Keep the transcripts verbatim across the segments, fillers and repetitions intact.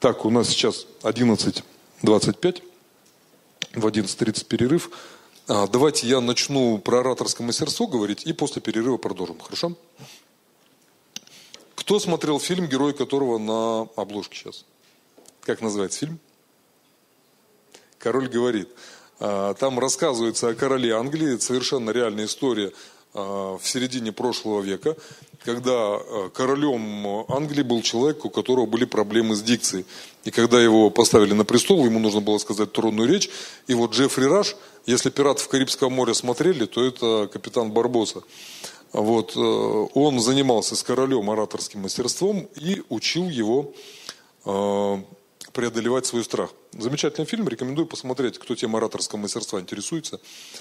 Так, у нас сейчас одиннадцать двадцать пять, в одиннадцать тридцать перерыв. А, давайте я начну про ораторское мастерство говорить, и после перерыва продолжим, хорошо? Кто смотрел фильм, герой которого на обложке сейчас? Как называется фильм? «Король говорит». А, там рассказывается о короле Англии, это совершенно реальная история а, в середине прошлого века, когда королем Англии был человек, у которого были проблемы с дикцией. И когда его поставили на престол, ему нужно было сказать тронную речь. И вот Джеффри Раш, если «Пиратов Карибского моря» смотрели, то это капитан Барбосса. Вот, он занимался с королем ораторским мастерством и учил его э, преодолевать свой страх. Замечательный фильм, рекомендую посмотреть, кто темой ораторского мастерства интересуется.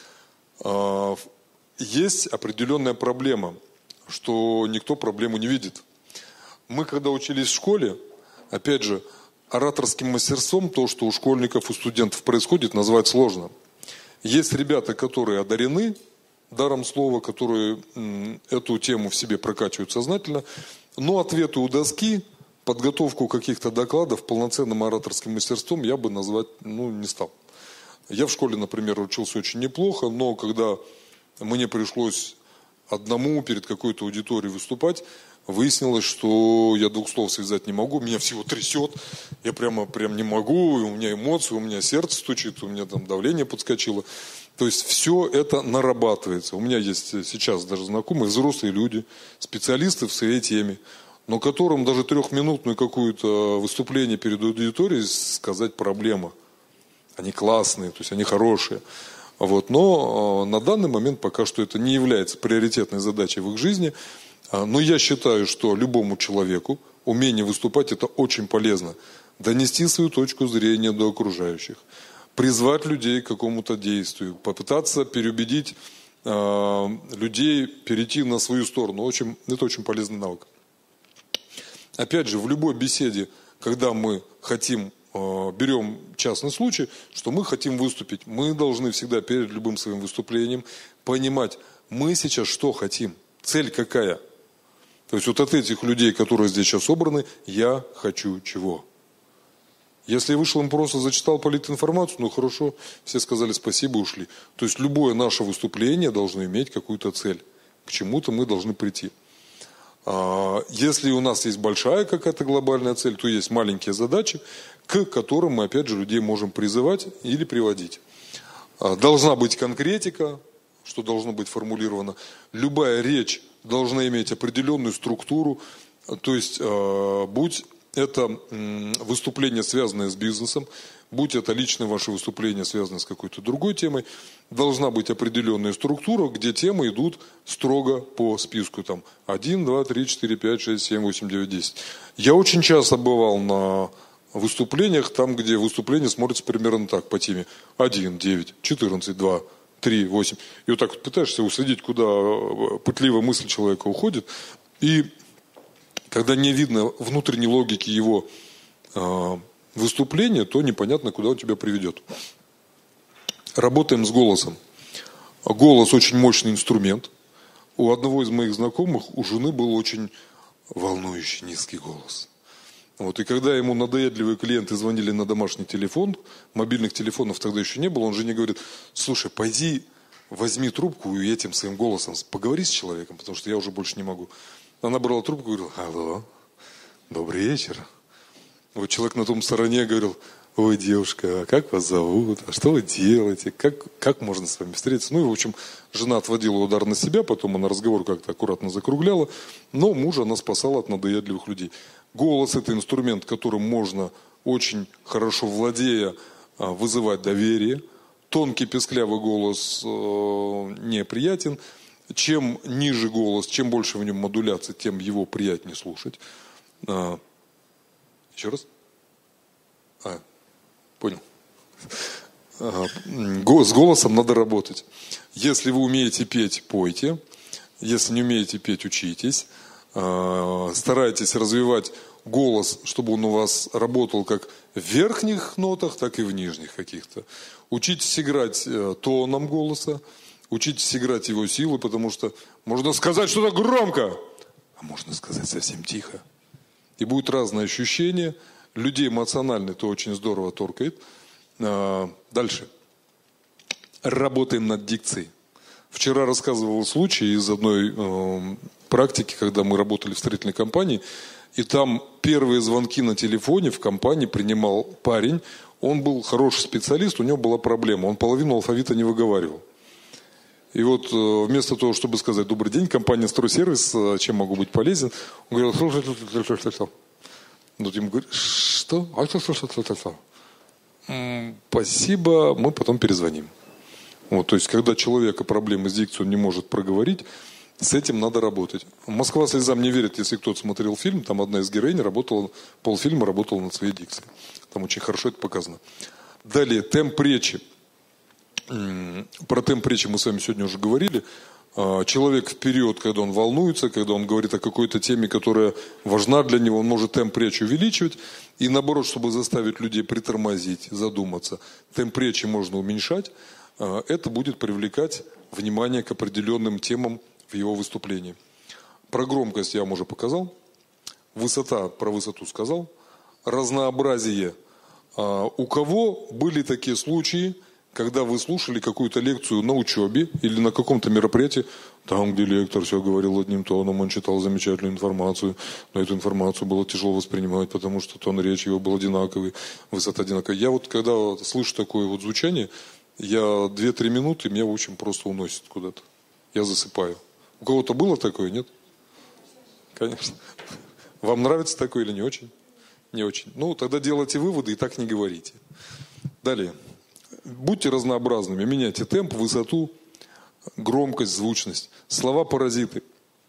Э, есть определенная проблема, что никто проблему не видит. Мы, когда учились в школе, опять же, ораторским мастерством то, что у школьников, у студентов происходит, назвать сложно. Есть ребята, которые одарены даром слова, которые м, эту тему в себе прокачивают сознательно, но ответы у доски, подготовку каких-то докладов полноценным ораторским мастерством я бы назвать ну, не стал. Я в школе, например, учился очень неплохо, но когда мне пришлось одному перед какой-то аудиторией выступать, выяснилось, что я двух слов связать не могу, меня всего трясет, я прямо прям не могу, у меня эмоции, у меня сердце стучит, у меня там давление подскочило. То есть все это нарабатывается. У меня есть сейчас даже знакомые взрослые люди, специалисты в своей теме, но которым даже трехминутную какую-то выступление перед аудиторией сказать проблема. Они классные, то есть они хорошие. Вот. Но на данный момент пока что это не является приоритетной задачей в их жизни. Но я считаю, что любому человеку умение выступать это очень полезно. Донести свою точку зрения до окружающих. Призвать людей к какому-то действию. Попытаться переубедить э, людей перейти на свою сторону. Очень, это очень полезный навык. Опять же, в любой беседе, когда мы хотим, э, берем частный случай, что мы хотим выступить, мы должны всегда перед любым своим выступлением понимать, мы сейчас что хотим, цель какая. То есть вот от этих людей, которые здесь сейчас собраны, я хочу чего. Если я вышел им просто зачитал политинформацию, ну хорошо, все сказали спасибо, ушли. То есть любое наше выступление должно иметь какую-то цель. К чему-то мы должны прийти. Если у нас есть большая какая-то глобальная цель, то есть маленькие задачи, к которым мы опять же людей можем призывать или приводить. Должна быть конкретика, что должно быть формулировано. Любая речь должна иметь определенную структуру, то есть будь это выступление, связанное с бизнесом, будь это личное ваше выступление, связанное с какой-то другой темой, должна быть определенная структура, где темы идут строго по списку. Там один, два, три, четыре, пять, шесть, семь, восемь, девять, десять. Я очень часто бывал на выступлениях, там, где выступление смотрится примерно так по теме. один, девять, четырнадцать, два, три, восемь. И вот так вот пытаешься уследить, куда пытливая мысль человека уходит. И когда не видно внутренней логики его э, выступления, то непонятно, куда он тебя приведет. Работаем с голосом. Голос очень мощный инструмент. У одного из моих знакомых, у жены был очень волнующий низкий голос. Вот, и когда ему надоедливые клиенты звонили на домашний телефон, мобильных телефонов тогда еще не было, он жене говорит, слушай, пойди возьми трубку и этим своим голосом поговори с человеком, потому что я уже больше не могу. Она брала трубку и говорила, алло, добрый вечер. Вот человек на том стороне говорил, ой, девушка, а как вас зовут, а что вы делаете, как, как можно с вами встретиться? Ну и, в общем, жена отводила удар на себя, потом она разговор как-то аккуратно закругляла, но мужа она спасала от надоедливых людей. Голос – это инструмент, которым можно, очень хорошо владея, вызывать доверие. Тонкий песклявый голос неприятен. Чем ниже голос, чем больше в нем модуляции, тем его приятнее слушать. А, еще раз? А, понял. А, с голосом надо работать. Если вы умеете петь, пойте. Если не умеете петь, учитесь. А, старайтесь развивать голос, чтобы он у вас работал как в верхних нотах, так и в нижних каких-то. Учитесь играть тоном голоса. Учитесь играть его силы, потому что можно сказать что-то громко, а можно сказать совсем тихо. И будет разное ощущение, людей эмоционально это очень здорово торкает. Дальше. Работаем над дикцией. Вчера рассказывал случай из одной э, практики, когда мы работали в строительной компании, и там первые звонки на телефоне в компании принимал парень. Он был хороший специалист, у него была проблема. Он половину алфавита не выговаривал. И вот э, вместо того, чтобы сказать «Добрый день, компания «Стройсервис, э, чем могу быть полезен?», он говорил «Что-что-что-что-что». Вот ему говорят «Что? А что-что-что-что-что?» «Спасибо, мы потом перезвоним». Вот, то есть, когда человека проблемы с дикцией, он не может проговорить, с этим надо работать. «Москва слезам не верит», если кто-то смотрел фильм, там одна из героинь работала, полфильма работала над своей дикцией. Там очень хорошо это показано. Далее, темп речи. Про темп речи мы с вами сегодня уже говорили. Человек в период, когда он волнуется, когда он говорит о какой-то теме, которая важна для него, он может темп речи увеличивать. И наоборот, чтобы заставить людей притормозить, задуматься, темп речи можно уменьшать. Это будет привлекать внимание к определенным темам в его выступлении. Про громкость я вам уже показал. Высота, про высоту сказал. Разнообразие. У кого были такие случаи, когда вы слушали какую-то лекцию на учебе или на каком-то мероприятии, там, где лектор все говорил одним тоном, он читал замечательную информацию, но эту информацию было тяжело воспринимать, потому что тон речи его был одинаковый, высота одинаковая. Я вот, когда слышу такое вот звучание, я две-три минуты, меня, в общем, просто уносит куда-то. Я засыпаю. У кого-то было такое, нет? Конечно. Вам нравится такое или не очень? Не очень. Ну, тогда делайте выводы и так не говорите. Далее. Будьте разнообразными, меняйте темп, высоту, громкость, звучность. Слова-паразиты.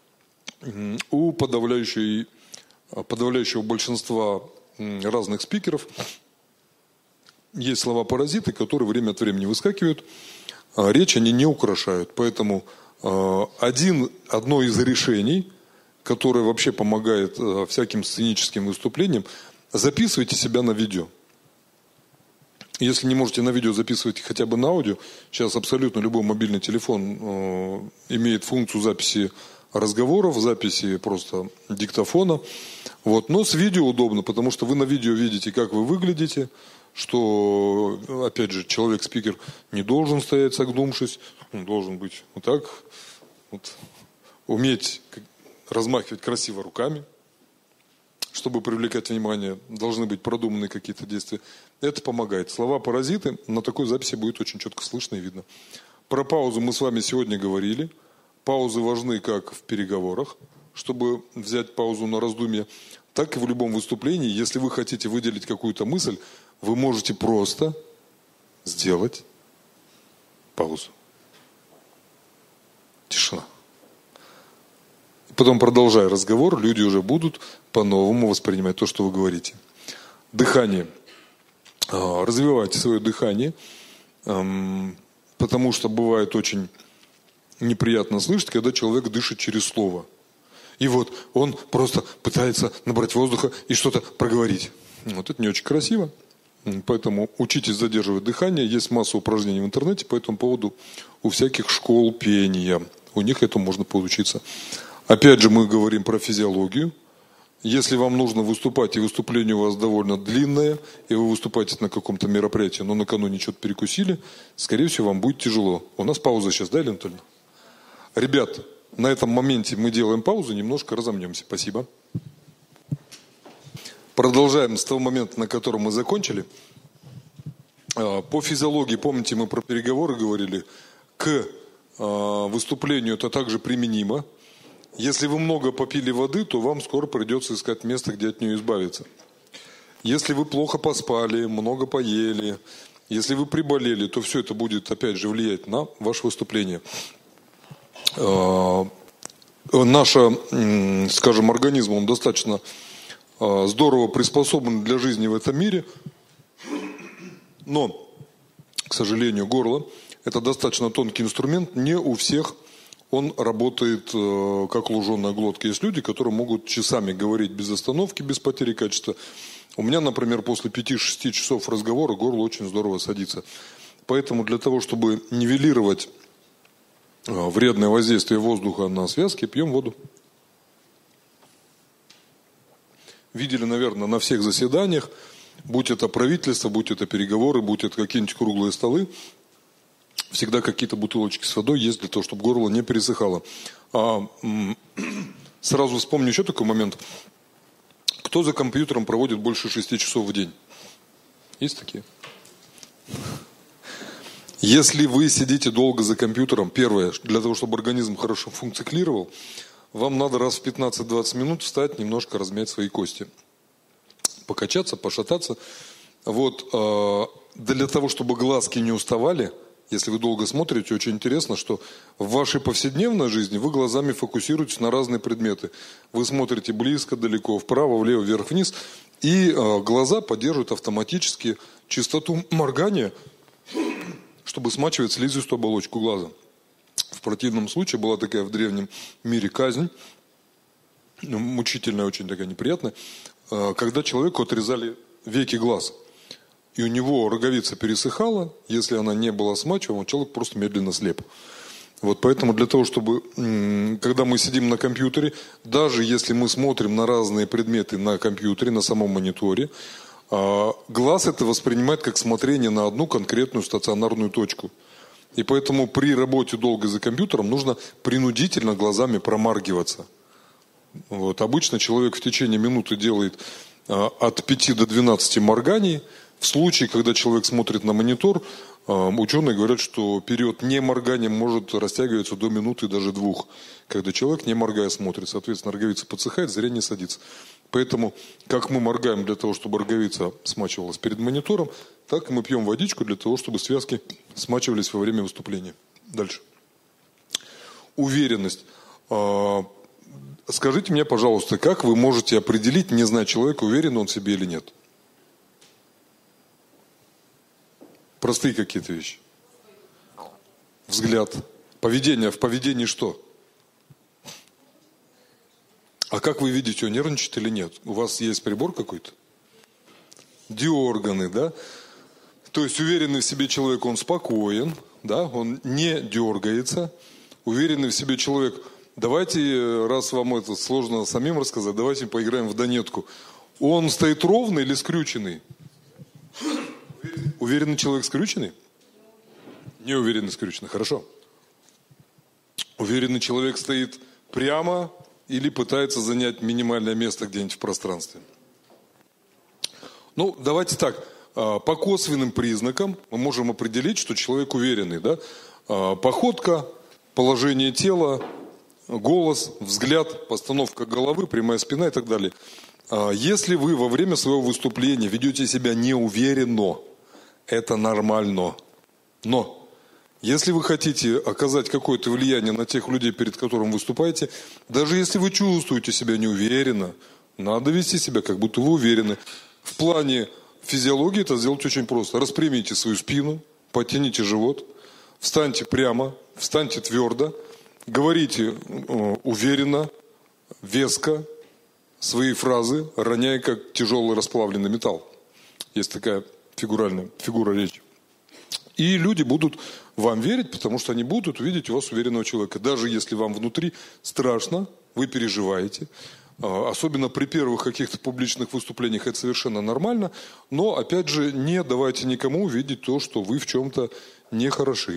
У подавляющей, подавляющего большинства разных спикеров есть слова-паразиты, которые время от времени выскакивают. Речь они не украшают. Поэтому один, одно из решений, которое вообще помогает всяким сценическим выступлениям, записывайте себя на видео. Если не можете на видео, записывайте хотя бы на аудио. Сейчас абсолютно любой мобильный телефон э, имеет функцию записи разговоров, записи просто диктофона. Вот. Но с видео удобно, потому что вы на видео видите, как вы выглядите, что, опять же, человек-спикер не должен стоять согнувшись, он должен быть вот так, вот, уметь размахивать красиво руками. Чтобы привлекать внимание, должны быть продуманы какие-то действия. Это помогает. Слова-паразиты на такой записи будет очень четко слышно и видно. Про паузу мы с вами сегодня говорили. Паузы важны как в переговорах, чтобы взять паузу на раздумье, так и в любом выступлении. Если вы хотите выделить какую-то мысль, вы можете просто сделать паузу. Тишина. Потом, продолжая разговор, люди уже будут по-новому воспринимать то, что вы говорите. Дыхание. Развивайте свое дыхание, потому что бывает очень неприятно слышать, когда человек дышит через слово. И вот он просто пытается набрать воздуха и что-то проговорить. Вот это не очень красиво. Поэтому учитесь задерживать дыхание. Есть масса упражнений в интернете по этому поводу у всяких школ пения. У них этому можно поучиться. Опять же, мы говорим про физиологию. Если вам нужно выступать, и выступление у вас довольно длинное, и вы выступаете на каком-то мероприятии, но накануне что-то перекусили, скорее всего, вам будет тяжело. У нас пауза сейчас, да, Елена Анатольевна? Ребят, на этом моменте мы делаем паузу, немножко разомнемся. Спасибо. Продолжаем с того момента, на котором мы закончили. По физиологии, помните, мы про переговоры говорили, к выступлению это также применимо. Если вы много попили воды, то вам скоро придется искать место, где от нее избавиться. Если вы плохо поспали, много поели, если вы приболели, то все это будет, опять же, влиять на ваше выступление. Наш, скажем, организм, он достаточно здорово приспособлен для жизни в этом мире, но, к сожалению, горло – это достаточно тонкий инструмент, не у всех он работает э, как луженая глотка. Есть люди, которые могут часами говорить без остановки, без потери качества. У меня, например, после пяти-шести часов разговора горло очень здорово садится. Поэтому для того, чтобы нивелировать э, вредное воздействие воздуха на связки, пьем воду. видели, наверное, на всех заседаниях, будь это правительство, будь это переговоры, будь это какие-нибудь круглые столы, всегда какие-то бутылочки с водой есть для того, чтобы горло не пересыхало. А, сразу вспомню еще такой момент. Кто за компьютером проводит больше шести часов в день? Есть такие? Если вы сидите долго за компьютером, первое, для того, чтобы организм хорошо функционировал, вам надо раз в пятнадцать-двадцать минут встать, немножко размять свои кости. Покачаться, пошататься. Вот, э, для того, чтобы глазки не уставали, если вы долго смотрите, очень интересно, что в вашей повседневной жизни вы глазами фокусируетесь на разные предметы. Вы смотрите близко, далеко, вправо, влево, вверх, вниз. И э, глаза поддерживают автоматически частоту моргания, чтобы смачивать слизистую оболочку глаза. В противном случае была такая в древнем мире казнь, мучительная, очень такая неприятная, э, когда человеку отрезали веки глаз. И у него роговица пересыхала, если она не была смачиваема, человек просто медленно слеп. Вот поэтому для того, чтобы, когда мы сидим на компьютере, даже если мы смотрим на разные предметы на компьютере, на самом мониторе, глаз это воспринимает как смотрение на одну конкретную стационарную точку. И поэтому при работе долго за компьютером нужно принудительно глазами промаргиваться. Вот. Обычно человек в течение минуты делает от пяти до двенадцати морганий. В случае, когда человек смотрит на монитор, ученые говорят, что период неморгания может растягиваться до минуты, даже двух. Когда человек, не моргая, смотрит. Соответственно, роговица подсыхает, зрение садится. Поэтому, как мы моргаем для того, чтобы роговица смачивалась перед монитором, так и мы пьем водичку для того, чтобы связки смачивались во время выступления. Дальше. Уверенность. Скажите мне, пожалуйста, как вы можете определить, не зная человека, уверен он в себе или нет? Простые какие-то вещи. Взгляд. Поведение. В поведении что? А как вы видите, он нервничает или нет? У вас есть прибор какой-то? Диорганы, да? То есть уверенный в себе человек, он спокоен, да? Он не дергается. Уверенный в себе человек, давайте, раз вам это сложно самим рассказать, давайте поиграем в донетку. Он стоит ровно или скрюченный? Уверенный человек скрюченный? Неуверенный скрюченный, хорошо. Уверенный человек стоит прямо или пытается занять минимальное место где-нибудь в пространстве? Ну, давайте так. По косвенным признакам мы можем определить, что человек уверенный. Да? Походка, положение тела, голос, взгляд, постановка головы, прямая спина и так далее. Если вы во время своего выступления ведете себя неуверенно, это нормально. Но если вы хотите оказать какое-то влияние на тех людей, перед которыми выступаете, даже если вы чувствуете себя неуверенно, надо вести себя, как будто вы уверены. В плане физиологии это сделать очень просто. Распрямите свою спину, подтяните живот, встаньте прямо, встаньте твердо, говорите э, уверенно, веско, свои фразы, роняя как тяжелый расплавленный металл. Есть такая фигуральная фигура речи. И люди будут вам верить, потому что они будут видеть у вас уверенного человека. Даже если вам внутри страшно, вы переживаете. Особенно при первых каких-то публичных выступлениях это совершенно нормально. Но, опять же, не давайте никому увидеть то, что вы в чем-то не хороши.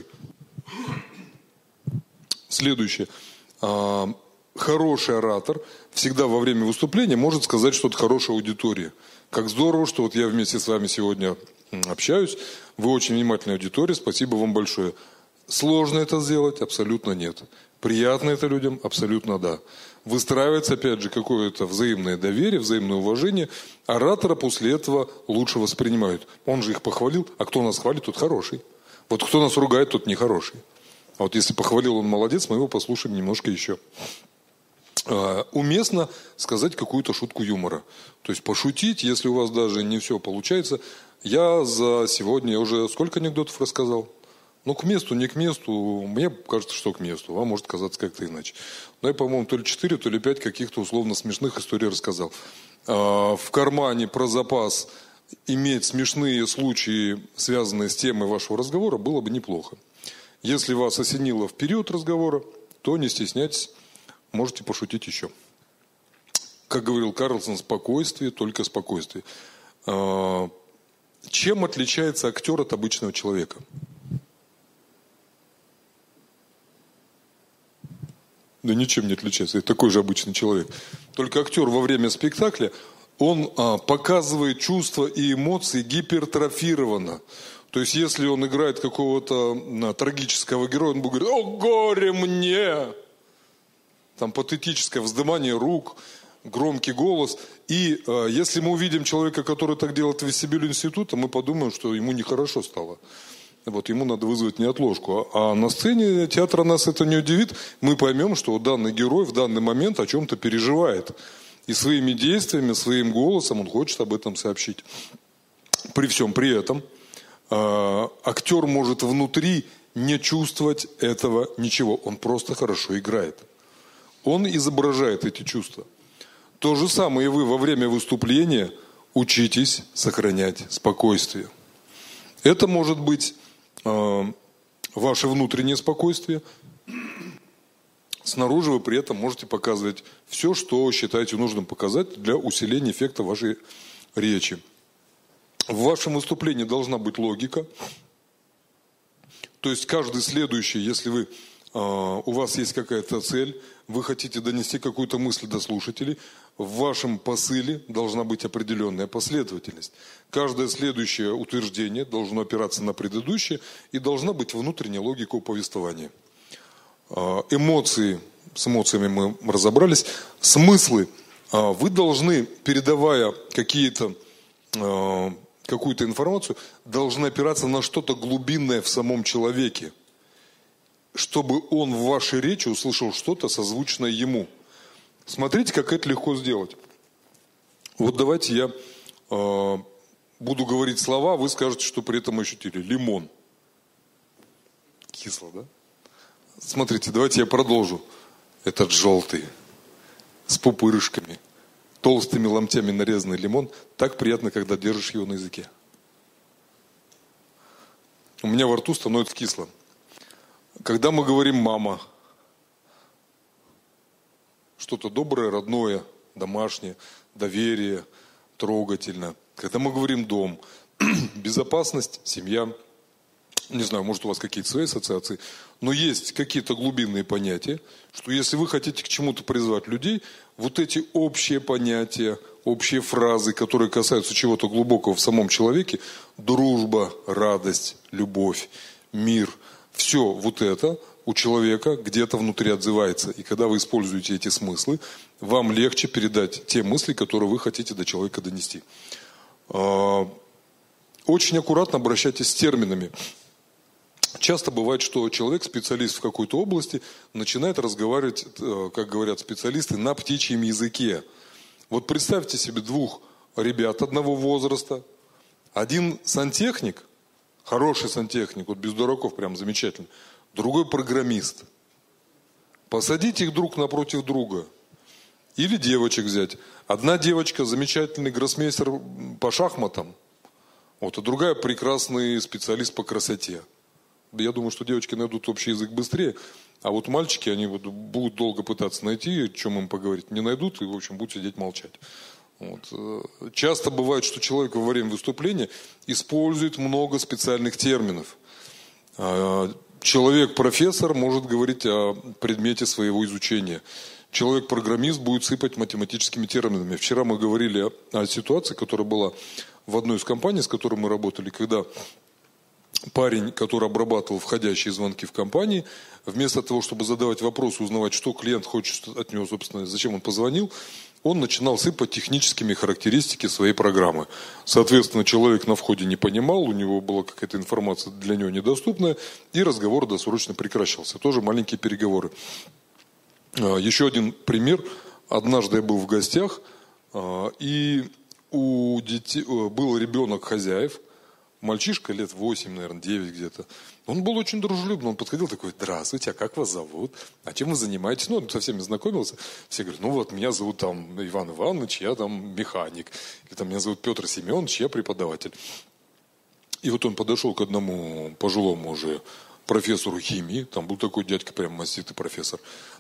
Следующее. Хороший оратор всегда во время выступления может сказать что-то хорошей аудитории. Как здорово, что вот я вместе с вами сегодня общаюсь. Вы очень внимательная аудитория, спасибо вам большое. Сложно это сделать? Абсолютно нет. Приятно это людям? Абсолютно да. Выстраивается, опять же, какое-то взаимное доверие, взаимное уважение. Оратора после этого лучше воспринимают. Он же их похвалил, а кто нас хвалит, тот хороший. Вот кто нас ругает, тот нехороший. А вот если похвалил он молодец, мы его послушаем немножко еще. Уместно сказать какую-то шутку юмора. То есть пошутить, если у вас даже не все получается. Я за сегодня я уже сколько анекдотов рассказал? Ну, к месту, не к месту. Мне кажется, что к месту. Вам может казаться как-то иначе. Но я, по-моему, то ли четыре, то ли пять каких-то условно смешных историй рассказал. В кармане про запас иметь смешные случаи, связанные с темой вашего разговора, было бы неплохо. Если вас осенило в период разговора, то не стесняйтесь. Можете пошутить еще. как говорил Карлсон, спокойствие, только спокойствие. Чем отличается актер от обычного человека? Да ничем не отличается, это такой же обычный человек. Только актер во время спектакля, он а, показывает чувства и эмоции гипертрофированно. То есть, если он играет какого-то а, трагического героя, он будет говорить: «О, горе мне!» Там патетическое вздымание рук, громкий голос. И а, если мы увидим человека, который так делает в вестибюле института, мы подумаем, что ему нехорошо стало. Вот, ему надо вызвать неотложку. А на сцене театра нас это не удивит. Мы поймем, что данный герой в данный момент о чем-то переживает. И своими действиями, своим голосом он хочет об этом сообщить. При всем при этом э, актер может внутри не чувствовать этого ничего. Он просто хорошо играет. Он изображает эти чувства. То же самое и вы во время выступления учитесь сохранять спокойствие. Это может быть ваше внутреннее спокойствие. Снаружи вы при этом можете показывать все, что считаете нужным показать для усиления эффекта вашей речи. В вашем выступлении должна быть логика. То есть каждый следующий, если вы, у вас есть какая-то цель, вы хотите донести какую-то мысль до слушателей, в вашем посыле должна быть определенная последовательность. Каждое следующее утверждение должно опираться на предыдущее и должна быть внутренняя логика у повествования. Эмоции, с эмоциями мы разобрались. Смыслы. Вы должны, передавая какие-то, какую-то информацию, должны опираться на что-то глубинное в самом человеке, чтобы он в вашей речи услышал что-то созвучное ему. Смотрите, как это легко сделать. Вот давайте я э, буду говорить слова, вы скажете, что при этом ощутили. Лимон. Кисло, да? Смотрите, давайте я продолжу. Этот желтый, с пупырышками, толстыми ломтями нарезанный лимон. Так приятно, когда держишь его на языке. У меня во рту становится кисло. Когда мы говорим «мама», что-то доброе, родное, домашнее, доверие, трогательно. Когда мы говорим «дом», безопасность, семья, не знаю, может у вас какие-то свои ассоциации, но есть какие-то глубинные понятия, что если вы хотите к чему-то призвать людей, вот эти общие понятия, общие фразы, которые касаются чего-то глубокого в самом человеке, дружба, радость, любовь, мир, все вот это у человека где-то внутри отзывается. И когда вы используете эти смыслы, вам легче передать те мысли, которые вы хотите до человека донести. Очень аккуратно обращайтесь с терминами. Часто бывает, что человек, специалист в какой-то области, начинает разговаривать, как говорят специалисты, на птичьем языке. Вот представьте себе двух ребят одного возраста. Один сантехник, хороший сантехник, вот без дураков, прям замечательный. Другой программист. Посадите их друг напротив друга. Или девочек взять. Одна девочка замечательный гроссмейстер по шахматам, вот, а другая прекрасный специалист по красоте. Я думаю, что девочки найдут общий язык быстрее, а вот мальчики, они вот будут долго пытаться найти, о чем им поговорить, не найдут и, в общем, будут сидеть молчать. Вот. Часто бывает, что человек во время выступления использует много специальных терминов. Человек-профессор может говорить о предмете своего изучения. Человек-программист будет сыпать математическими терминами. Вчера мы говорили о, о ситуации, которая была в одной из компаний, с которой мы работали, когда парень, который обрабатывал входящие звонки в компании, вместо того, чтобы задавать вопросы, узнавать, что клиент хочет от него, собственно, зачем он позвонил, он начинал сыпать техническими характеристиками своей программы. Соответственно, человек на входе не понимал, у него была какая-то информация для него недоступная, и разговор досрочно прекращался. Тоже маленькие переговоры. Еще один пример. Однажды я был в гостях, и у детей был ребенок хозяев, мальчишка лет восемь, наверное, девять где-то. Он был очень дружелюбный, он подходил такой: здравствуйте, а как вас зовут? А чем вы занимаетесь? Ну, он со всеми знакомился. Все говорят: ну вот, меня зовут там Иван Иванович, я там механик. Или там меня зовут Петр Семенович, я преподаватель. И вот он подошел к одному пожилому уже профессору химии, там был такой дядька, прям маститый профессор.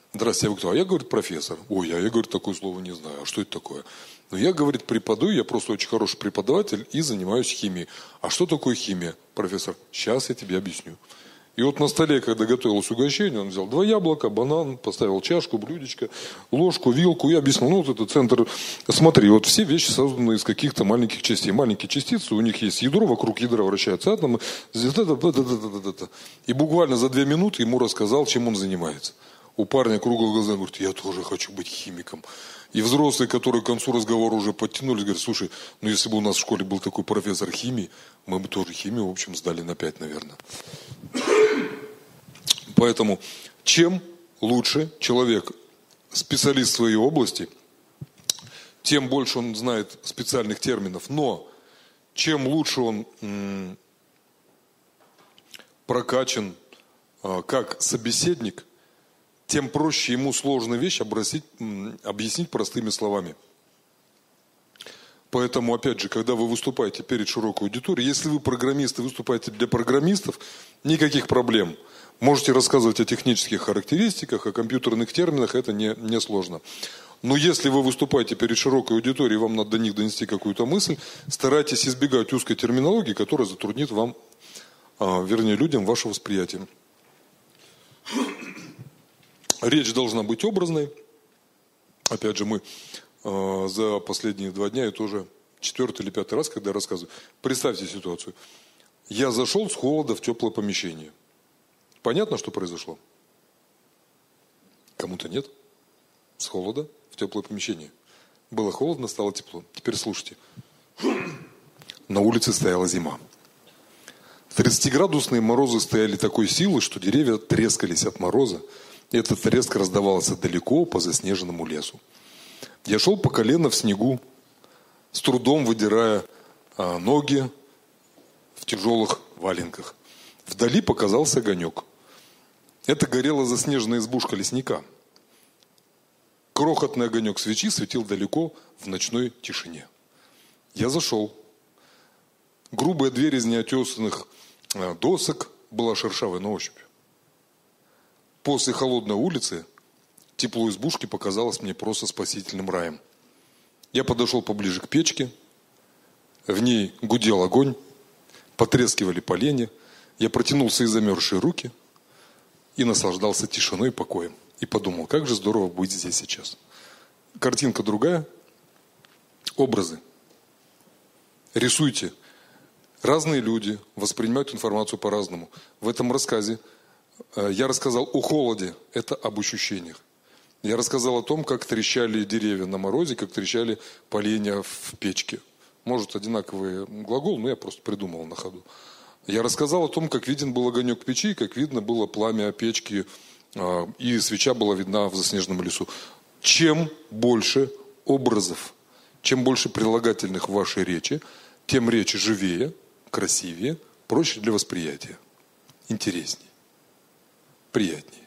Здравствуйте, а вы кто? А я, говорит, профессор. Ой, а я, говорит, такое слово не знаю. А что это такое? Ну, я, говорит, преподаю, я просто очень хороший преподаватель и занимаюсь химией. А что такое химия, профессор? Сейчас я тебе объясню. И вот на столе, когда готовилось угощение, он взял два яблока, банан, поставил чашку, блюдечко, ложку, вилку и объяснил, ну, вот это центр. Смотри, вот все вещи созданы из каких-то маленьких частей. Маленькие частицы, у них есть ядро, вокруг ядра вращаются атомы. И буквально за две минуты ему рассказал, чем он занимается. У парня круглые глаза, говорит, я тоже хочу быть химиком. И взрослые, которые к концу разговора уже подтянулись, говорят, слушай, ну если бы у нас в школе был такой профессор химии, мы бы тоже химию, в общем, сдали на пять, наверное. Поэтому, чем лучше человек специалист в своей области, тем больше он знает специальных терминов. Но чем лучше он м, прокачан а, как собеседник, тем проще ему сложную вещь обрасить, м, объяснить простыми словами. Поэтому, опять же, когда вы выступаете перед широкой аудиторией, если вы программисты, выступаете для программистов, никаких проблем. Можете рассказывать о технических характеристиках, о компьютерных терминах, это не, не сложно. Но если вы выступаете перед широкой аудиторией, вам надо до них донести какую-то мысль, старайтесь избегать узкой терминологии, которая затруднит вам, а, вернее, людям ваше восприятие. Речь должна быть образной. Опять же, мы э, за последние два дня, это уже четвертый или пятый раз, когда я рассказываю. Представьте ситуацию. Я зашел с холода в теплое помещение. Понятно, что произошло? Кому-то нет. С холода в теплое помещение. Было холодно, стало тепло. Теперь слушайте. На улице стояла зима. тридцатиградусные морозы стояли такой силы, что деревья трескались от мороза. Этот треск раздавался далеко по заснеженному лесу. Я шел по колено в снегу, с трудом выдирая а, ноги в тяжелых валенках. Вдали показался огонек. Это горела заснеженная избушка лесника. Крохотный огонек свечи светил далеко в ночной тишине. Я зашел. Грубая дверь из неотесанных а, досок была шершавой на ощупь. После холодной улицы тепло избушки показалось мне просто спасительным раем. Я подошел поближе к печке, в ней гудел огонь, потрескивали поленья, я протянул свои замерзшие руки и наслаждался тишиной и покоем. И подумал, как же здорово быть здесь сейчас. Картинка другая, образы. Рисуйте. Разные люди воспринимают информацию по-разному. В этом рассказе я рассказал о холоде, это об ощущениях. Я рассказал о том, как трещали деревья на морозе, как трещали поленья в печке. Может, одинаковый глагол, но я просто придумал на ходу. Я рассказал о том, как виден был огонек печи, как видно было пламя печки, и свеча была видна в заснеженном лесу. Чем больше образов, чем больше прилагательных в вашей речи, тем речь живее, красивее, проще для восприятия, интереснее. Приятнее.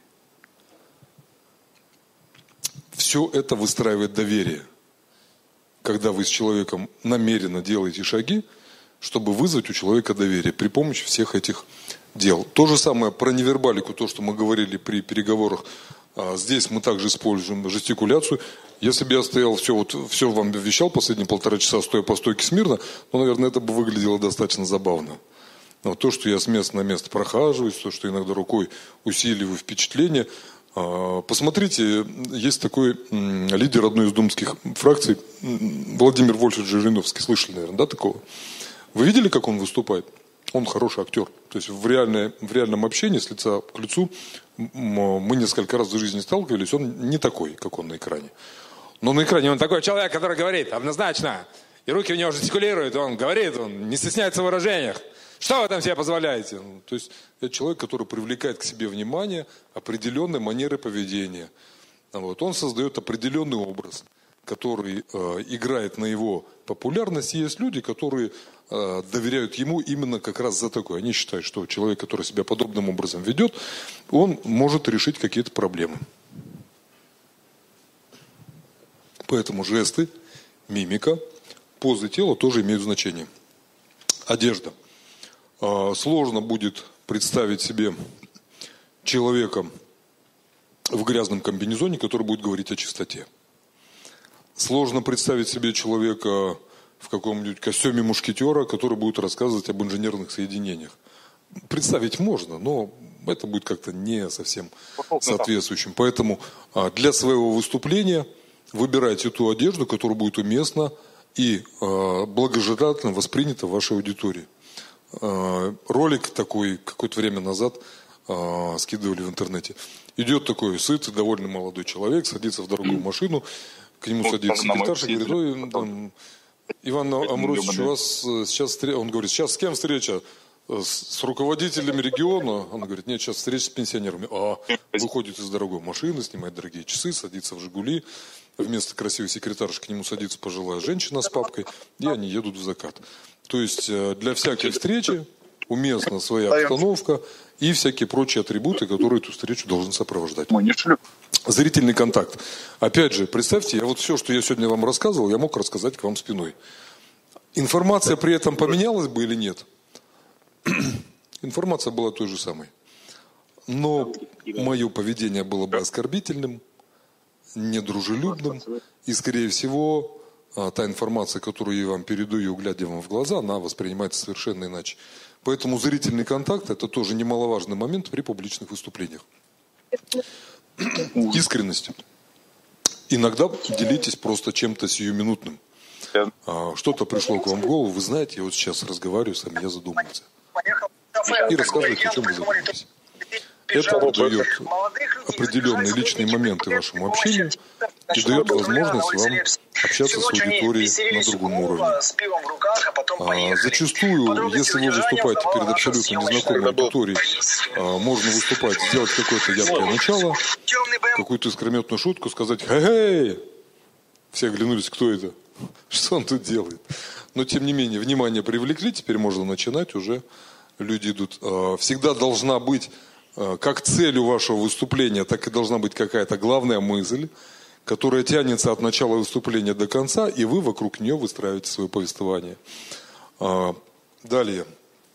Все это выстраивает доверие, когда вы с человеком намеренно делаете шаги, чтобы вызвать у человека доверие при помощи всех этих дел. То же самое про невербалику, то, что мы говорили при переговорах. Здесь мы также используем жестикуляцию. Если бы я стоял, все, вот, все вам вещал последние полтора часа, стоя по стойке смирно, ну, наверное, это бы выглядело достаточно забавно. Но то, что я с места на место прохаживаюсь, то, что иногда рукой усиливаю впечатление. Посмотрите, есть такой лидер одной из думских фракций, Владимир Вольфович Жириновский. Слышали, наверное, да, такого? Вы видели, как он выступает? Он хороший актер. То есть в, реальной, в реальном общении с лица к лицу мы несколько раз в жизни сталкивались, он не такой, как он на экране. Но на экране он такой человек, который говорит однозначно, и руки у него жестикулируют, он говорит, он не стесняется в выражениях. Что вы там себе позволяете? То есть это человек, который привлекает к себе внимание определенной манеры поведения. Вот. Он создает определенный образ, который э, играет на его популярность. И есть люди, которые э, доверяют ему именно как раз за такое. Они считают, что человек, который себя подобным образом ведет, он может решить какие-то проблемы. Поэтому жесты, мимика, позы тела тоже имеют значение. Одежда. Сложно будет представить себе человека в грязном комбинезоне, который будет говорить о чистоте. Сложно представить себе человека в каком-нибудь костюме мушкетера, который будет рассказывать об инженерных соединениях. Представить можно, но это будет как-то не совсем соответствующим. Поэтому для своего выступления выбирайте ту одежду, которая будет уместна и благожелательно воспринята в вашей аудитории. Ролик такой какое-то время назад скидывали в интернете. Идет такой сытый, довольно молодой человек, садится в дорогую машину, к нему садится секретарша, говорит: ой, там, Иван Амросович, у вас сейчас встреча. Он говорит: сейчас с кем встреча? С руководителями региона? Он говорит: нет, сейчас встреча с пенсионерами. А, выходит из дорогой машины, снимает дорогие часы, садится в «Жигули». Вместо красивой секретарши к нему садится пожилая женщина с папкой, и они едут в закат. То есть для всякой встречи уместна своя обстановка и всякие прочие атрибуты, которые эту встречу должны сопровождать. Зрительный контакт. Опять же, представьте, я вот все, что я сегодня вам рассказывал, я мог рассказать к вам спиной. Информация при этом поменялась бы или нет? Информация была той же самой. Но мое поведение было бы оскорбительным, недружелюбным, и, скорее всего, та информация, которую я вам передаю, глядя вам в глаза, она воспринимается совершенно иначе. Поэтому зрительный контакт – это тоже немаловажный момент при публичных выступлениях. Искренность. Иногда делитесь просто чем-то сиюминутным. Что-то пришло к вам в голову, вы знаете, я вот сейчас разговариваю с вами, я задумался. И рассказывайте, о чем вы задумались. Это дает определенные личные моменты вашему общению и дает возможность вам общаться с аудиторией на другом уровне. А зачастую, если вы выступаете перед абсолютно незнакомой аудиторией, можно выступать, сделать какое-то яркое начало, какую-то искрометную шутку, сказать: «Хей-хей!» Все оглянулись, кто это, что он тут делает. Но, тем не менее, внимание привлекли, теперь можно начинать, уже люди идут. Всегда должна быть, как цель у вашего выступления, так и должна быть какая-то главная мысль, которая тянется от начала выступления до конца, и вы вокруг нее выстраиваете свое повествование. Далее.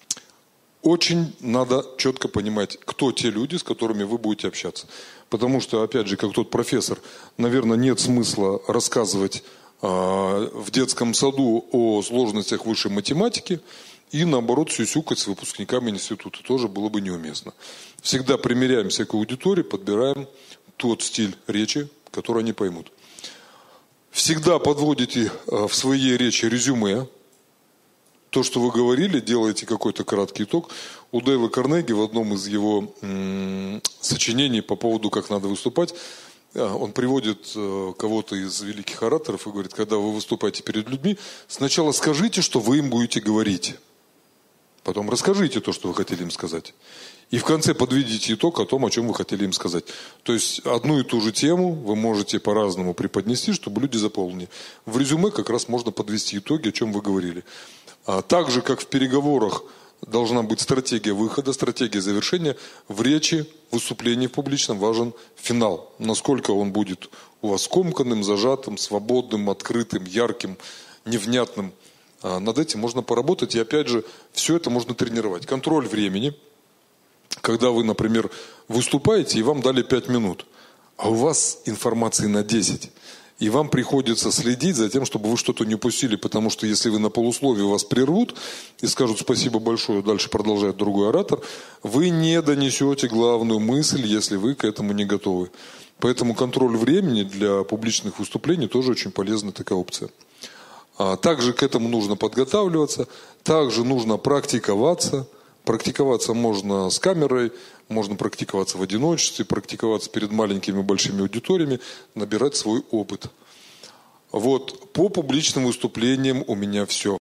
Очень надо четко понимать, кто те люди, с которыми вы будете общаться. Потому что, опять же, как тот профессор, наверное, нет смысла рассказывать в детском саду о сложностях высшей математики и, наоборот, сюсюкать с выпускниками института. Тоже было бы неуместно. Всегда примеряемся к аудитории, подбираем тот стиль речи, который они поймут. Всегда подводите в своей речи резюме. То, что вы говорили, делаете какой-то краткий итог. У Дейла Карнеги в одном из его м- сочинений по поводу, как надо выступать, он приводит кого-то из великих ораторов и говорит: когда вы выступаете перед людьми, сначала скажите, что вы им будете говорить. Потом расскажите то, что вы хотели им сказать. И в конце подведите итог о том, о чем вы хотели им сказать. То есть одну и ту же тему вы можете по-разному преподнести, чтобы люди заполнили. В резюме как раз можно подвести итоги, о чем вы говорили. А так же, как в переговорах должна быть стратегия выхода, стратегия завершения, в речи, в выступлении в публичном важен финал. Насколько он будет у вас скомканным, зажатым, свободным, открытым, ярким, невнятным. А над этим можно поработать. И опять же, все это можно тренировать. Контроль времени. Когда вы, например, выступаете, и вам дали пять минут, а у вас информации на десять. И вам приходится следить за тем, чтобы вы что-то не упустили, потому что если вы на полусловии, вас прервут и скажут спасибо большое, дальше продолжает другой оратор, вы не донесете главную мысль, если вы к этому не готовы. Поэтому контроль времени для публичных выступлений тоже очень полезная такая опция. А также к этому нужно подготавливаться, также нужно практиковаться. Практиковаться можно с камерой, можно практиковаться в одиночестве, практиковаться перед маленькими и большими аудиториями, набирать свой опыт. Вот, по публичным выступлениям у меня все.